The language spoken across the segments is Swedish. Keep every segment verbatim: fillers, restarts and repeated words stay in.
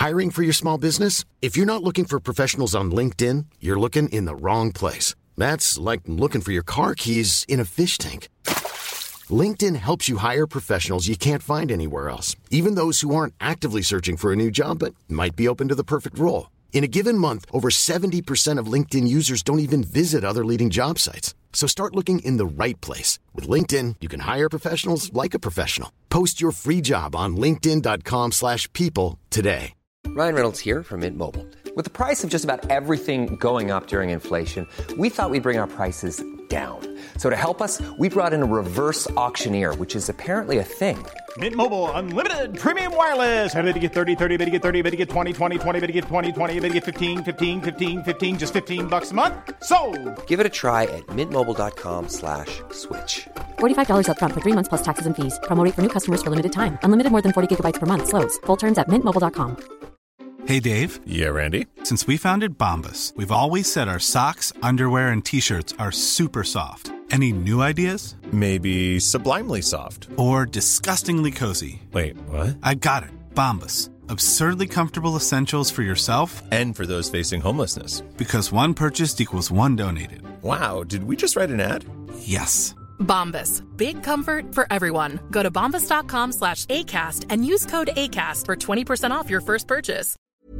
Hiring for your small business? If you're not looking for professionals on LinkedIn, you're looking in the wrong place. That's like looking for your car keys in a fish tank. LinkedIn helps you hire professionals you can't find anywhere else, even those who aren't actively searching for a new job but might be open to the perfect role. In a given month, over seventy percent of LinkedIn users don't even visit other leading job sites. So start looking in the right place. With LinkedIn, you can hire professionals like a professional. Post your free job on linkedin dot com slash people today. Ryan Reynolds here from Mint Mobile. With the price of just about everything going up during inflation, we thought we'd bring our prices down. So to help us, we brought in a reverse auctioneer, which is apparently a thing. Mint Mobile Unlimited Premium Wireless. How to get thirty, thirty, how to get thirty, how to get twenty, twenty, twenty, how to get twenty, twenty, how to get fifteen, fifteen, fifteen, fifteen, just fifteen bucks a month? Sold! Give it a try at mintmobile.com slash switch. forty-five dollars up front for three months plus taxes and fees. Promo rate for new customers for limited time. Unlimited more than forty gigabytes per month. Slows full terms at mint mobile dot com. Hey, Dave. Yeah, Randy. Since we founded Bombas, we've always said our socks, underwear, and T-shirts are super soft. Any new ideas? Maybe sublimely soft. Or disgustingly cozy. Wait, what? I got it. Bombas. Absurdly comfortable essentials for yourself and for those facing homelessness. Because one purchased equals one donated. Wow, did we just write an ad? Yes. Bombas. Big comfort for everyone. Go to bombas.com slash ACAST and use code ACAST for twenty percent off your first purchase.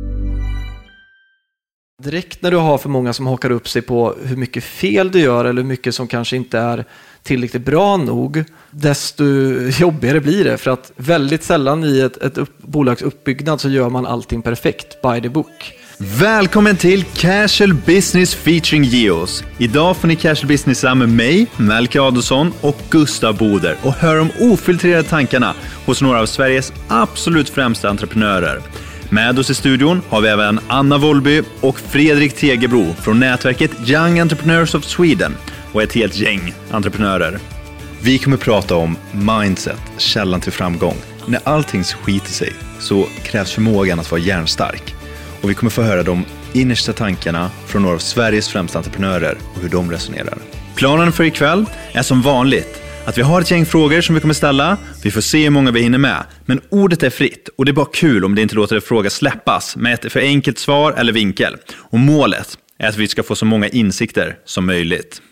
Direkt när du har för många som hakar upp sig på hur mycket fel du gör eller hur mycket som kanske inte är tillräckligt bra nog, desto jobbigare blir det. För att väldigt sällan i ett, ett upp, bolags uppbyggnad så gör man allting perfekt by the book. Välkommen till Casual Business featuring Geos. Idag får ni Casual Businessa med mig, Melke Adolfsson och Gustav Boder och hör om ofiltrerade tankarna hos några av Sveriges absolut främsta entreprenörer. Med oss i studion har vi även Anna Wollby och Fredrik Tegebro från nätverket Young Entrepreneurs of Sweden och ett helt gäng entreprenörer. Vi kommer prata om mindset, källan till framgång. När allting skiter sig så krävs förmågan att vara hjärnstark. Och vi kommer få höra de innersta tankarna från några av Sveriges främsta entreprenörer och hur de resonerar. Planen för ikväll är som vanligt att vi har ett gäng frågor som vi kommer ställa. Vi får se hur många vi hinner med. Men ordet är fritt och det är bara kul om det inte låter en fråga släppas med ett för enkelt svar eller vinkel. Och målet är att vi ska få så många insikter som möjligt.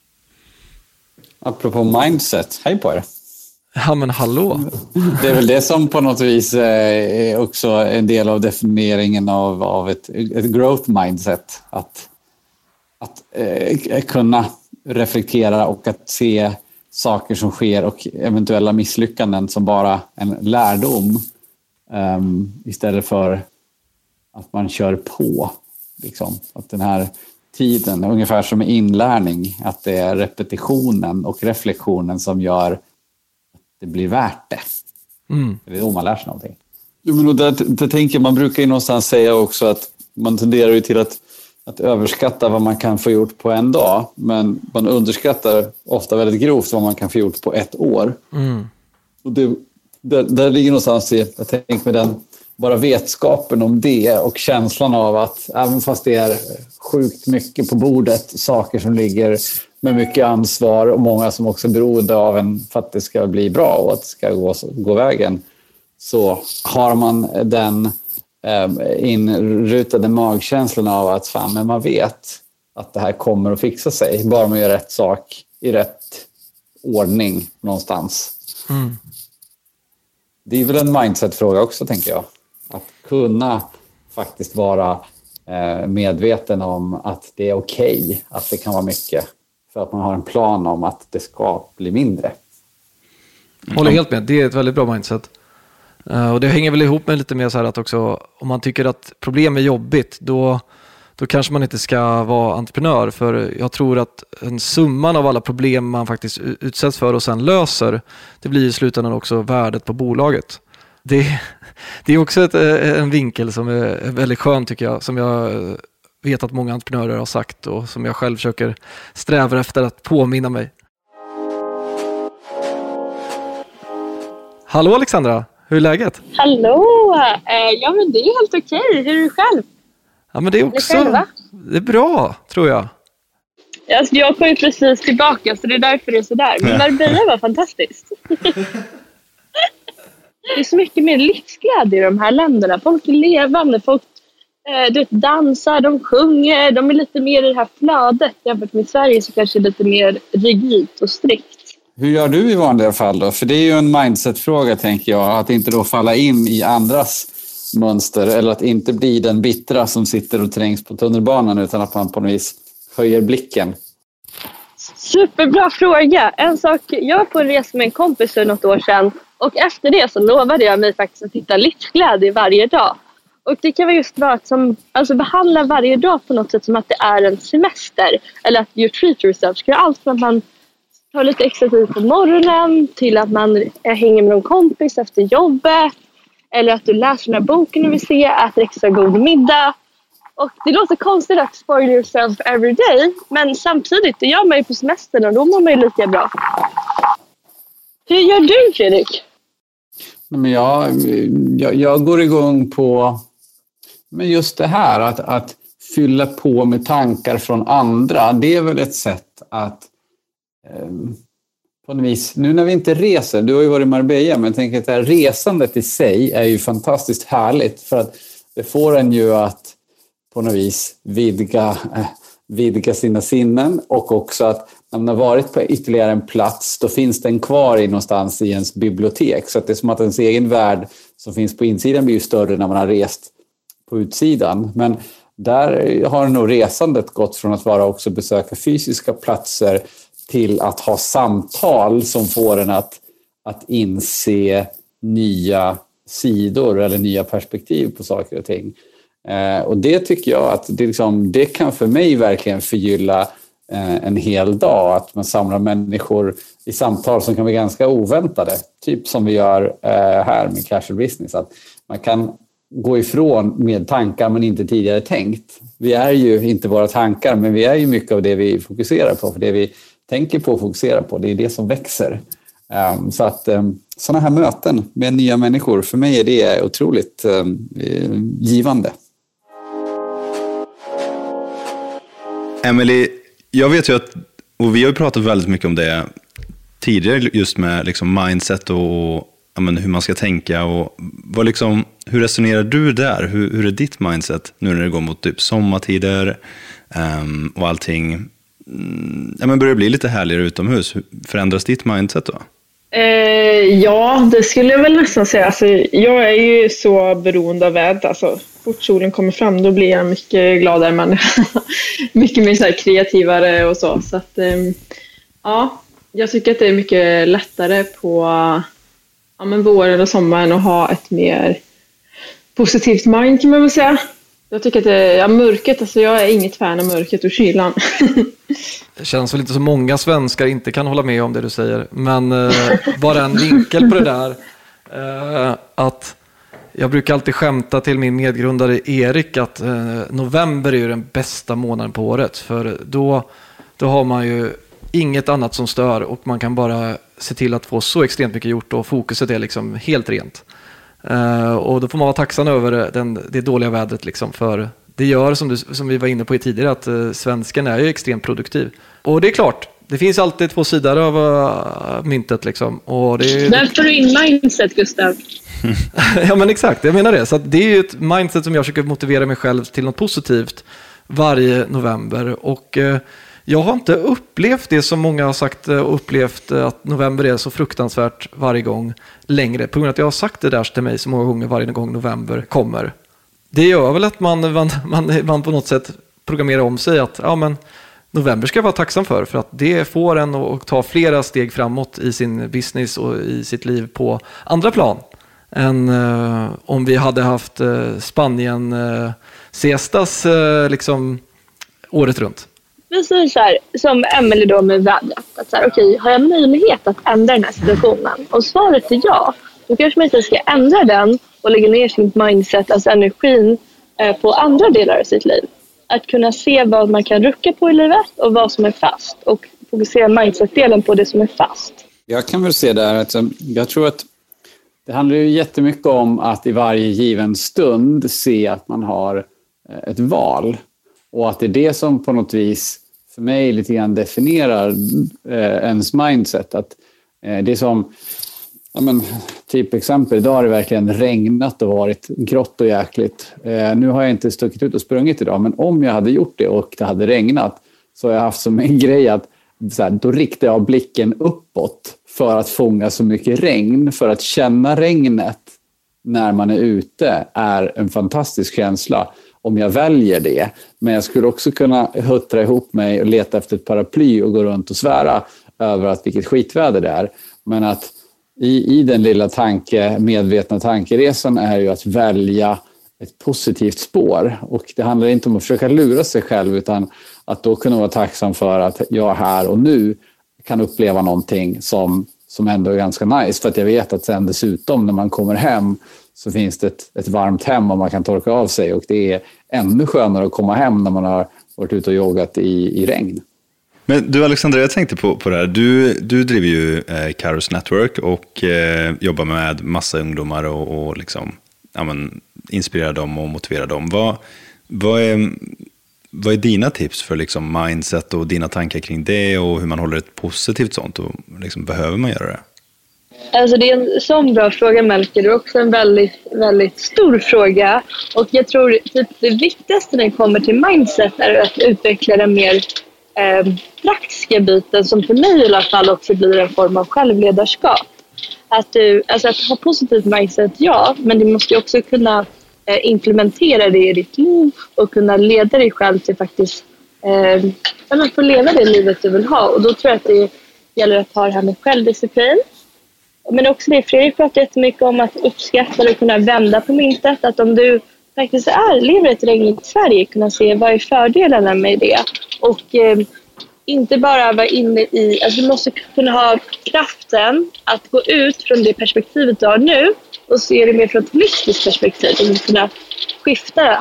Apropå mindset, hej på er. Ja men hallå. Det är väl det som på något vis är också en del av definieringen av, av ett, ett growth mindset. Att, att eh, kunna reflektera och att se saker som sker och eventuella misslyckanden som bara en lärdom um, istället för att man kör på. Liksom. Att den här tiden, ungefär som med inlärning, att det är repetitionen och reflektionen som gör att det blir värt det. Mm. Det är då man lär sig någonting. Jo, men där, där tänker man brukar ju någonstans säga också att man tenderar ju till att, att överskatta vad man kan få gjort på en dag, men man underskattar ofta väldigt grovt vad man kan få gjort på ett år. Mm. Och det, där, där ligger någonstans i, jag tänker med den, bara vetskapen om det och känslan av att även fast det är sjukt mycket på bordet, saker som ligger med mycket ansvar och många som också är beroende av en för att det ska bli bra och att det ska gå, gå vägen, så har man den eh, inrutade magkänslan av att fan, men man vet att det här kommer att fixa sig bara man gör rätt sak i rätt ordning någonstans. Mm. Det är väl en mindset-fråga också, tänker jag. Att kunna faktiskt vara eh, medveten om att det är okej okay, att det kan vara mycket. För att man har en plan om att det ska bli mindre. Jag håller helt med. Det är ett väldigt bra mindset. Uh, och det hänger väl ihop med lite mer så här att också om man tycker att problem är jobbigt, då, då kanske man inte ska vara entreprenör. För jag tror att en summan av alla problem man faktiskt utsätts för och sen löser, det blir i slutändan också värdet på bolaget. Det, det är också ett, en vinkel som är väldigt skön, tycker jag, som jag vet att många entreprenörer har sagt och som jag själv försöker sträva efter att påminna mig. Hallå Alexandra, hur är läget? Hallå, eh, ja men det är helt okej. Hur är du själv? Ja men det är också, det är bra tror jag. Alltså, jag kom ju precis tillbaka så det är därför det är sådär. Men Marbella var fantastiskt. det är så mycket mer livsglädje i de här länderna. Folk är levande, folk eh, du vet, dansar, de sjunger, de är lite mer i det här flödet. Jämfört med Sverige så kanske lite mer rigidt och strikt. Hur gör du i vanliga fall då? För det är ju en mindset-fråga, tänker jag. Att inte då falla in i andras mönster. Eller att inte bli den bittra som sitter och trängs på tunnelbanan. Utan att man på något vis höjer blicken. Superbra fråga. En sak, jag var på en resa med en kompis för något år sedan. Och efter det så lovade jag mig faktiskt att hitta livsglädje varje dag. Och det kan vara just vara att som, alltså behandla varje dag på något sätt som att det är en semester. Eller att you treat yourself. Ska allt från att man tar lite extra tid på morgonen till att man hänger med någon kompis efter jobbet. Eller att du läser den här boken du vill se, äter extra god middag. Och det låter konstigt att spoil yourself every day. Men samtidigt, det gör man ju på semestern och då mår man ju lika bra. Hur gör du, Fredrik? Men jag, jag, jag går igång på men just det här att, att fylla på med tankar från andra. Det är väl ett sätt att eh, på något vis, nu när vi inte reser, du har ju varit i Marbella, men jag tänker att det här resandet i sig är ju fantastiskt härligt. För att det får en ju att på något vis vidga, eh, vidga sina sinnen och också att när man har varit på ytterligare en plats då finns den kvar i någonstans i ens bibliotek. Så att det är som att ens egen värld som finns på insidan blir ju större när man har rest på utsidan. Men där har nog resandet gått från att vara också besöka fysiska platser till att ha samtal som får en att, att inse nya sidor eller nya perspektiv på saker och ting. Eh, och det tycker jag att det, liksom, det kan för mig verkligen förgylla eh, en hel dag. Att man samlar människor i samtal som kan vara ganska oväntade. Typ som vi gör eh, här med Casual Business. Att man kan gå ifrån med tankar man inte tidigare tänkt. Vi är ju inte våra tankar, men vi är ju mycket av det vi fokuserar på. För det vi tänker på och fokuserar på, det är det som växer. Um, så att um, sådana här möten med nya människor, för mig är det otroligt um, givande. Emily, jag vet ju att, och vi har ju pratat väldigt mycket om det tidigare, just med liksom mindset och ja, men hur man ska tänka. Och vad liksom, hur resonerar du där? Hur, hur är ditt mindset nu när det går mot typ sommartider um, och allting? Ja, men börjar det bli lite härligare utomhus? Förändras ditt mindset då? Eh, ja, det skulle jag väl nästan säga. Alltså, jag är ju så beroende av vädret. Alltså, fort solen kommer fram, då blir jag mycket gladare människa. mycket mer så här kreativare och så. Så att, eh, ja, jag tycker att det är mycket lättare på ja, men våren och sommaren att ha ett mer positivt mind, kan man väl säga. Jag tycker att det är ja, mörkret, alltså jag är inget fan av mörkret och kylan. Det känns väl inte så många svenskar inte kan hålla med om det du säger. Men eh, bara en vinkel på det där. Eh, att jag brukar alltid skämta till min medgrundare Erik att eh, november är ju den bästa månaden på året. För då, då har man ju inget annat som stör och man kan bara se till att få så extremt mycket gjort och fokuset är liksom helt rent. Uh, och då får man vara tacksam över den, det dåliga vädret liksom, för det gör som, du, som vi var inne på i tidigare att uh, svensken är ju extremt produktiv. Och det är klart, det finns alltid två sidor av uh, myntet liksom. Och det är... Där får du in mindset, Gustav. Ja men exakt, jag menar det. Så att det är ju ett mindset som jag försöker motivera mig själv till något positivt varje november. Och uh, jag har inte upplevt det som många har sagt och upplevt att november är så fruktansvärt varje gång längre. På grund av att jag har sagt det där till mig så många gånger varje gång november kommer. Det gör väl att man, man, man, man på något sätt programmerar om sig att ja, men november ska jag vara tacksam för. För att det får en att ta flera steg framåt i sin business och i sitt liv på andra plan. Än uh, om vi hade haft uh, Spanien uh, siestas uh, liksom året runt. Vi säger så här, som Emily då med vädret. Att så här, okej, har jag möjlighet att ändra den här situationen? Och svaret är ja. Då kanske man inte ska ändra den och lägga ner sin mindset, alltså energin, eh, på andra delar av sitt liv. Att kunna se vad man kan rucka på i livet och vad som är fast. Och fokusera mindset-delen på det som är fast. Jag kan väl se där att jag tror att det handlar ju jättemycket om att i varje given stund se att man har ett val. Och att det är det som på något vis för mig lite grann definierar eh, ens mindset. Att, eh, det är som Ja, men, typ exempel, idag har det verkligen regnat och varit grått och jäkligt. Eh, nu har jag inte stuckit ut och sprungit idag, men om jag hade gjort det och det hade regnat så har jag haft som en grej att så här, då riktar jag blicken uppåt för att fånga så mycket regn, för att känna regnet när man är ute är en fantastisk känsla om jag väljer det. Men jag skulle också kunna huttra ihop mig och leta efter ett paraply och gå runt och svära över att vilket skitväder det är. Men att i, i den lilla tanke, medvetna tankeresan är ju att välja ett positivt spår. Och det handlar inte om att försöka lura sig själv, utan att då kunna vara tacksam för att jag här och nu kan uppleva någonting som, som ändå är ganska nice. För att jag vet att sen dessutom när man kommer hem så finns det ett, ett varmt hem och man kan torka av sig. Och det är ännu skönare att komma hem när man har varit ute och joggat i, i regn. Men du Alexandra, jag tänkte på, på det här. Du, du driver ju eh, Kairos Network och eh, jobbar med massa ungdomar och, och liksom, ja, men, inspirera dem och motivera dem. Vad, vad, är, vad är dina tips för liksom, mindset och dina tankar kring det och hur man håller ett positivt sånt? Och, liksom, behöver man göra det? Alltså det är en sån bra fråga, Melker. Det är också en väldigt, väldigt stor fråga. Och jag tror typ det viktigaste när det kommer till mindset är att utveckla den mer eh, praktiska biten som för mig i alla fall också blir en form av självledarskap. Att, du, alltså att ha positivt mindset, ja, men du måste ju också kunna eh, implementera det i ditt liv och kunna leda dig själv till faktiskt eh, att få leva det livet du vill ha. Och då tror jag att det gäller att ha det här med självdisciplin. Men också det Fredrik pratar jättemycket om, att uppskatta och kunna vända på myntet. Att om du faktiskt är, lever i ett regnigt Sverige, kunna se vad är fördelarna med det. Och eh, inte bara vara inne i, alltså du måste kunna ha kraften att gå ut från det perspektivet du har nu och se det mer från ett holistiskt perspektiv och kunna skifta det.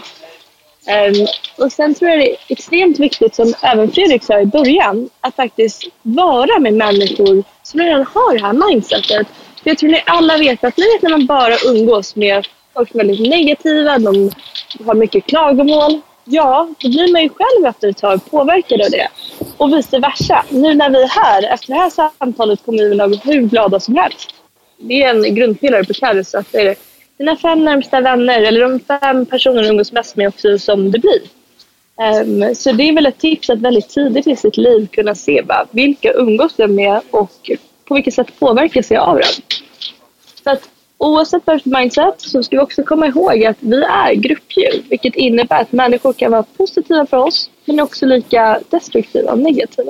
Um, och sen tror jag det är extremt viktigt, som även Fredrik sa i början, att faktiskt vara med människor som redan har det här mindsetet. För jag tror ni alla vet att ni vet när man bara umgås med folk som är väldigt negativa, de har mycket klagomål. Ja, då blir man ju själv efter ett tag påverkad av det. Och vice versa. Nu när vi är här, efter det här samtalet kommer vi vara hur glada som helst. Det är en grundpelare på Kairos, att det är dina fem närmsta vänner eller de fem personer du umgås mest med också som det blir. Um, så det är väl ett tips att väldigt tidigt i sitt liv kunna se bara, vilka umgås jag med och på vilket sätt påverkas jag av dem. Så att oavsett vad för mindset så ska vi också komma ihåg att vi är gruppdjur, vilket innebär att människor kan vara positiva för oss men också lika destruktiva och negativa.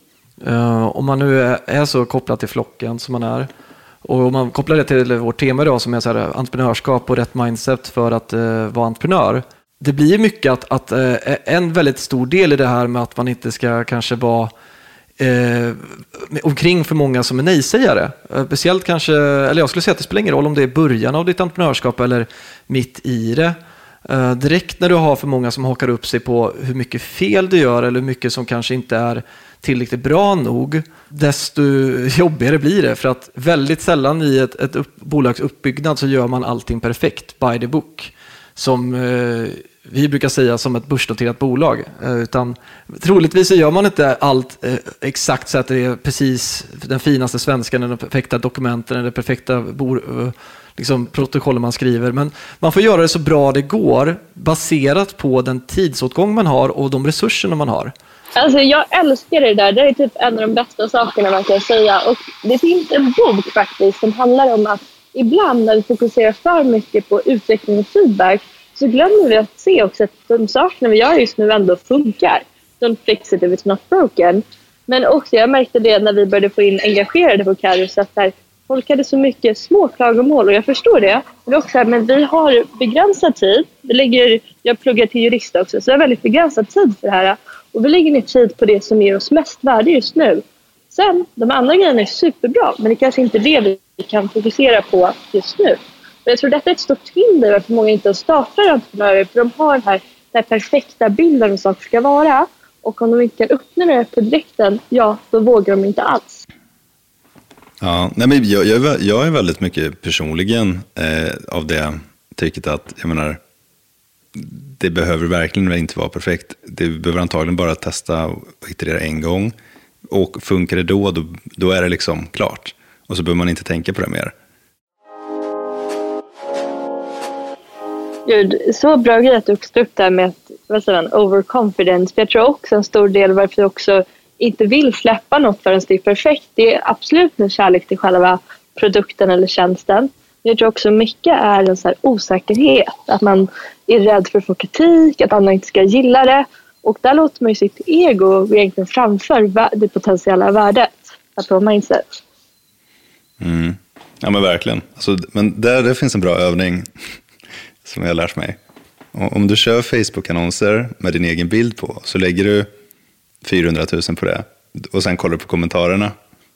Uh, om man nu är, är så kopplad till flocken som man är, och om man kopplar det till vårt tema idag som är så här, entreprenörskap och rätt mindset för att uh, vara entreprenör. Det blir mycket att, att uh, en väldigt stor del i det här med att man inte ska kanske vara uh, omkring för många som är nej-sägare. Uh, speciellt kanske, eller jag skulle säga att det spelar ingen roll om det är början av ditt entreprenörskap eller mitt i det. Uh, direkt när du har för många som hakar upp sig på hur mycket fel du gör eller hur mycket som kanske inte är tillräckligt bra nog, desto jobbigare blir det. För att väldigt sällan i ett, ett upp, bolags uppbyggnad så gör man allting perfekt by the book. Som eh, vi brukar säga som ett börsnoterat bolag. Eh, utan troligtvis så gör man inte allt eh, exakt så att det är precis den finaste svenskan eller de perfekta dokumenten eller perfekta bo, eh, liksom, protokollen man skriver. Men man får göra det så bra det går baserat på den tidsåtgång man har och de resurserna man har. Alltså jag älskar det där. Det är typ en av de bästa sakerna man kan säga. Och det finns en bok faktiskt som handlar om att ibland när vi fokuserar för mycket på utveckling och feedback så glömmer vi att se också att de sakerna vi gör just nu ändå funkar. Don't fix it if it's not broken. Men också jag märkte det när vi började få in engagerade på Kairos att där folk hade så mycket små klagomål och jag förstår det. Men också här, men vi har begränsad tid. Vi lägger, jag pluggar till jurist också så jag har väldigt begränsad tid för det här. Och vi lägger ner tid på det som ger oss mest värde just nu. Sen, de andra grejerna är superbra. Men det kanske inte är det vi kan fokusera på just nu. Och jag tror detta är ett stort hinder varför många inte startar entreprenörer. För de har den här, den här perfekta bilden av saker ska vara. Och om de inte kan öppna det på direkten, ja, då vågar de inte alls. Ja, nej men jag, jag, är, jag är väldigt mycket personligen eh, av det tycket att, jag menar, det behöver verkligen inte vara perfekt. Det behöver antagligen bara testa och iterera en gång. Och funkar det då, då, då är det liksom klart. Och så behöver man inte tänka på det mer. Gud, så bra grej att du också upp där med att, vad säger man, overconfidence. För jag tror också en stor del varför jag också inte vill släppa något förrän det är perfekt. Det är absolut en kärlek till själva produkten eller tjänsten. Jag tror också mycket är en så här osäkerhet. Att man är rädd för att få kritik, att andra inte ska gilla det. Och där låter man ju sitt ego egentligen framför det potentiella värdet. På mindset. Mm. Ja men verkligen. Alltså, men där, där finns en bra övning som jag har lärt mig. Om du kör Facebook-annonser med din egen bild på, så lägger du fyrahundratusen på det. Och sen kollar du på kommentarerna.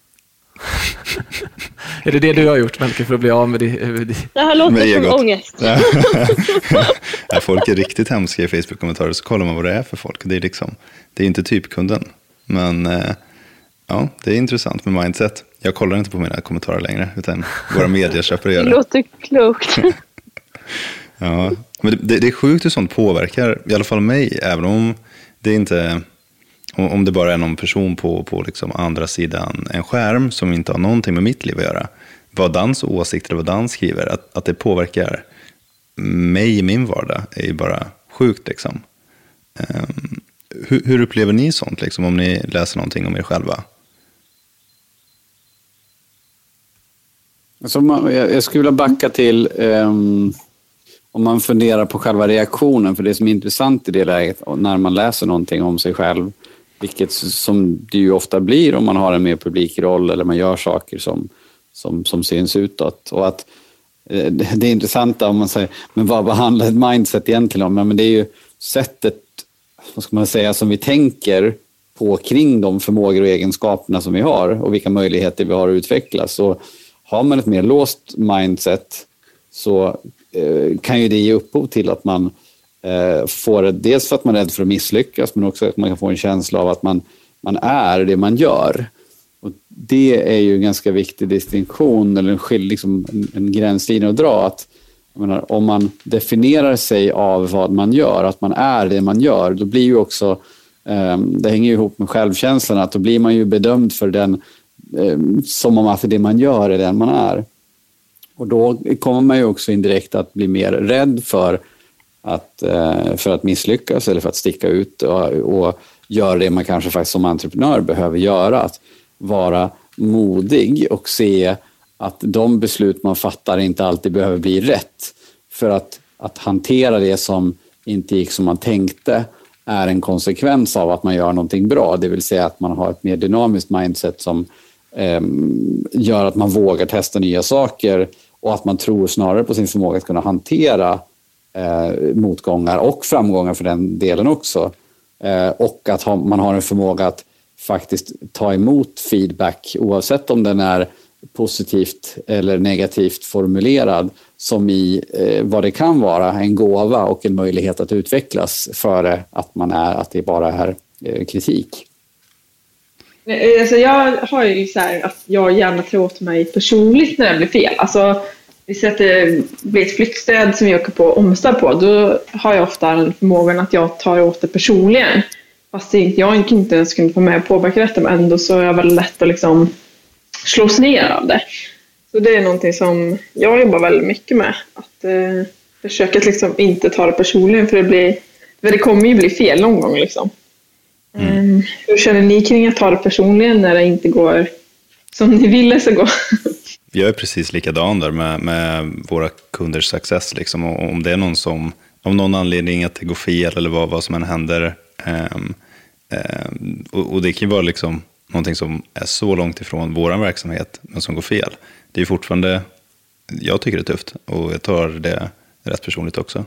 Är det det du har gjort, Melke, för att bli av med det? Det här låter som ångest. Ja, folk är riktigt hemska i Facebook-kommentarer, så kollar man vad det är för folk. Det är liksom, det är inte typkunden. Men ja, det är intressant med mindset. Jag kollar inte på mina kommentarer längre, utan våra medieköpare gör det. Det låter klokt. Ja, men det, det är sjukt hur sånt påverkar, i alla fall mig, även om det inte, om det bara är någon person på, på liksom andra sidan en skärm som inte har någonting med mitt liv att göra. Vad dans åsikter, vad dans skriver, att, att det påverkar mig i min vardag är ju bara sjukt liksom. Um, hur, hur upplever ni sånt liksom, om ni läser någonting om er själva? Alltså, man, jag, jag skulle vilja backa till um, om man funderar på själva reaktionen, för det som är intressant i det läget när man läser någonting om sig själv, vilket som det ju ofta blir om man har en mer publikroll eller man gör saker som, som, som syns utåt. Och att eh, det är intressant om man säger, men vad behandlar ett mindset egentligen om? Ja, men det är ju sättet, vad ska man säga, som vi tänker på kring de förmågor och egenskaperna som vi har och vilka möjligheter vi har att utvecklas. Så har man ett mer låst mindset så eh, kan ju det ge upphov till att man eh, får det, dels för att man är rädd för att misslyckas, men också att man kan få en känsla av att man, man är det man gör. Och det är ju en ganska viktig distinktion eller en, skill, liksom en, en gränslinje att dra. Att, jag menar, om man definierar sig av vad man gör, att man är det man gör, då blir ju också, eh, det hänger ju ihop med självkänslan, att då blir man ju bedömd för den som om att det man gör är den man är. Och då kommer man ju också indirekt att bli mer rädd för att, för att misslyckas eller för att sticka ut och, och göra det man kanske faktiskt som entreprenör behöver göra. Att vara modig och se att de beslut man fattar inte alltid behöver bli rätt. För att, att hantera det som inte gick som man tänkte är en konsekvens av att man gör någonting bra. Det vill säga att man har ett mer dynamiskt mindset som eh, gör att man vågar testa nya saker och att man tror snarare på sin förmåga att kunna hantera eh, motgångar och framgångar för den delen också. Eh, och att ha, man har en förmåga att faktiskt ta emot feedback oavsett om den är positivt eller negativt formulerad som i eh, vad det kan vara en gåva och en möjlighet att utvecklas före att man är att det bara är eh, kritik. Alltså jag har ju så här att jag gärna tar åt mig personligt när det blir fel. Alltså vi ser att det blir ett flyttstöd som jag åker på omstad på, då har jag ofta en förmågan att jag tar åt det personligen. Fast jag inte ens kunde få med och påverka detta, men ändå så är det väldigt lätt att liksom slås ner av det. Så det är någonting som jag jobbar väldigt mycket med. Att eh, försöka att liksom inte ta det personligen, för det, blir, för det kommer ju bli fel någon gång. Liksom. Mm. Um, hur känner ni kring att ta det personligen när det inte går som ni ville så gå? Jag är precis likadan där med, med våra kunders success. Liksom. Och om det är någon som, av någon anledning att det går fel eller vad, vad som än händer. Um, um, och, och det kan ju vara liksom någonting som är så långt ifrån våran verksamhet men som går fel. Det är fortfarande, jag tycker det är tufft och jag tar det rätt personligt också.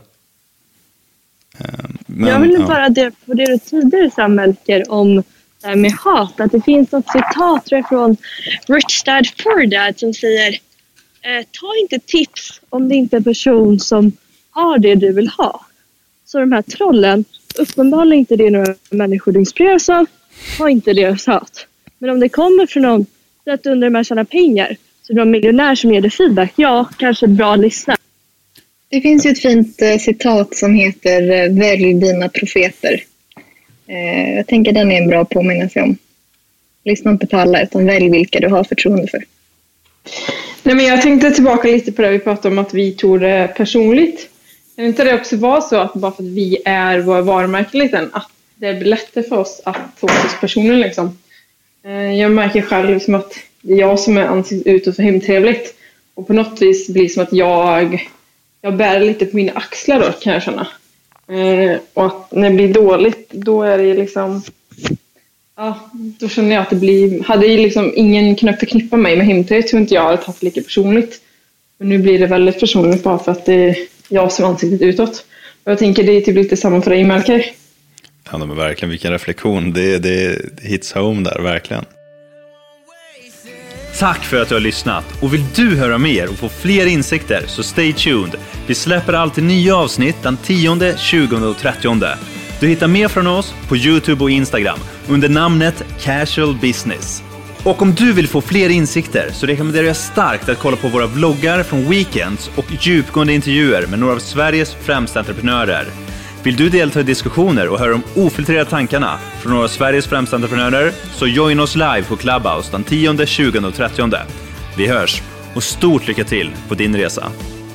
Men, jag vill bara ja. det på det du tidigare sammelker om det här med hat. Att det finns något citat tror jag, från Rich Dad Poor Dad som säger eh, ta inte tips om det inte är en person som har det du vill ha. Så de här trollen, uppenbarligen inte det några människor du inspireras av, har inte deras hat. Men om det kommer från någon att under de här tjänar pengar, så någon miljonär som ger dig feedback, ja, kanske bra att lyssna. Det finns ju ett fint eh, citat som heter eh, välj dina profeter. Eh, jag tänker den är en bra påminnelse om. Lyssna inte på alla, utan välj vilka du har förtroende för. Nej, men jag tänkte tillbaka lite på det vi pratade om, att vi tog det personligt. Kan inte det också vara så att bara för att vi är vår varumärke lite, att det blir lättare för oss att få oss personer liksom. Jag märker själv som att det är jag som är ansiktet utåt för hemtrevligt. Och på något vis blir det som att jag, jag bär lite på mina axlar då, kan jag känna. Och att när det blir dåligt, då är det liksom... Ja, då känner jag att det blir... Hade ju liksom ingen kunnat förknippa mig med hemtrevligt, tror inte jag hade tagit lika personligt. Men nu blir det väldigt personligt bara för att det är jag som är ansiktet utåt. Och jag tänker det är typ lite samma för dig, Melker. Ja, men verkligen, vilken reflektion. Det, det hits home där, verkligen. Tack för att du har lyssnat. Och vill du höra mer och få fler insikter, så stay tuned. Vi släpper alltid nya avsnitt den tionde, tjugonde och trettionde. Du hittar mer från oss på YouTube och Instagram under namnet Casual Business. Och om du vill få fler insikter så rekommenderar jag starkt att kolla på våra vloggar från Weekends och djupgående intervjuer med några av Sveriges främsta entreprenörer. Vill du delta i diskussioner och höra de ofiltrerade tankarna från några av Sveriges främsta entreprenörer, så join oss live på Clubhouse den tionde, tjugonde och trettionde. Vi hörs och stort lycka till på din resa.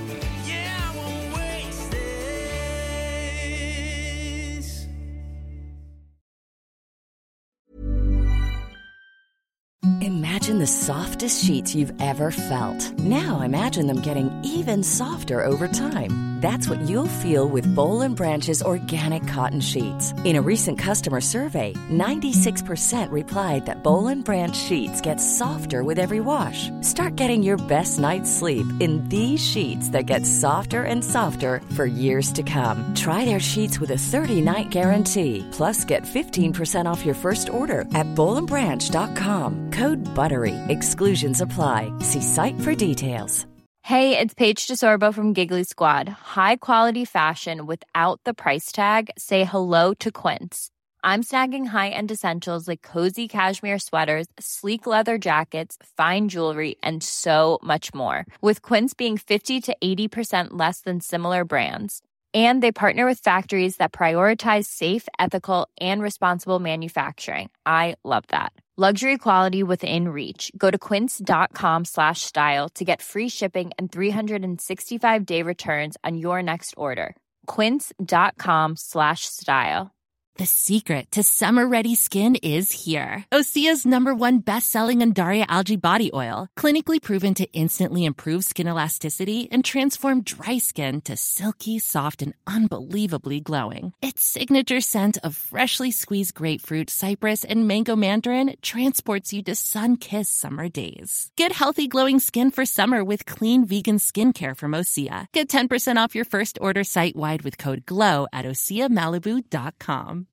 Imagine the softest sheets you've ever felt. Now imagine them getting even softer over time. That's what you'll feel with Boll and Branch's organic cotton sheets. In a recent customer survey, ninety-six percent replied that Boll and Branch sheets get softer with every wash. Start getting your best night's sleep in these sheets that get softer and softer for years to come. Try their sheets with a thirty-night guarantee. Plus, get fifteen percent off your first order at boll and branch dot com. Code BUTTERY. Exclusions apply. See site for details. Hey, it's Paige DeSorbo from Giggly Squad. High quality fashion without the price tag. Say hello to Quince. I'm snagging high-end essentials like cozy cashmere sweaters, sleek leather jackets, fine jewelry, and so much more. With Quince being fifty to eighty percent less than similar brands. And they partner with factories that prioritize safe, ethical, and responsible manufacturing. I love that. Luxury quality within reach. Go to quince.com slash style to get free shipping and three sixty-five day returns on your next order. Quince.com slash style. The secret to summer-ready skin is here. Osea's number one best-selling Undaria Algae Body Oil, clinically proven to instantly improve skin elasticity and transform dry skin to silky, soft, and unbelievably glowing. Its signature scent of freshly squeezed grapefruit, cypress, and mango mandarin transports you to sun-kissed summer days. Get healthy, glowing skin for summer with clean vegan skincare from Osea. Get ten percent off your first order site-wide with code GLOW at osea malibu dot com.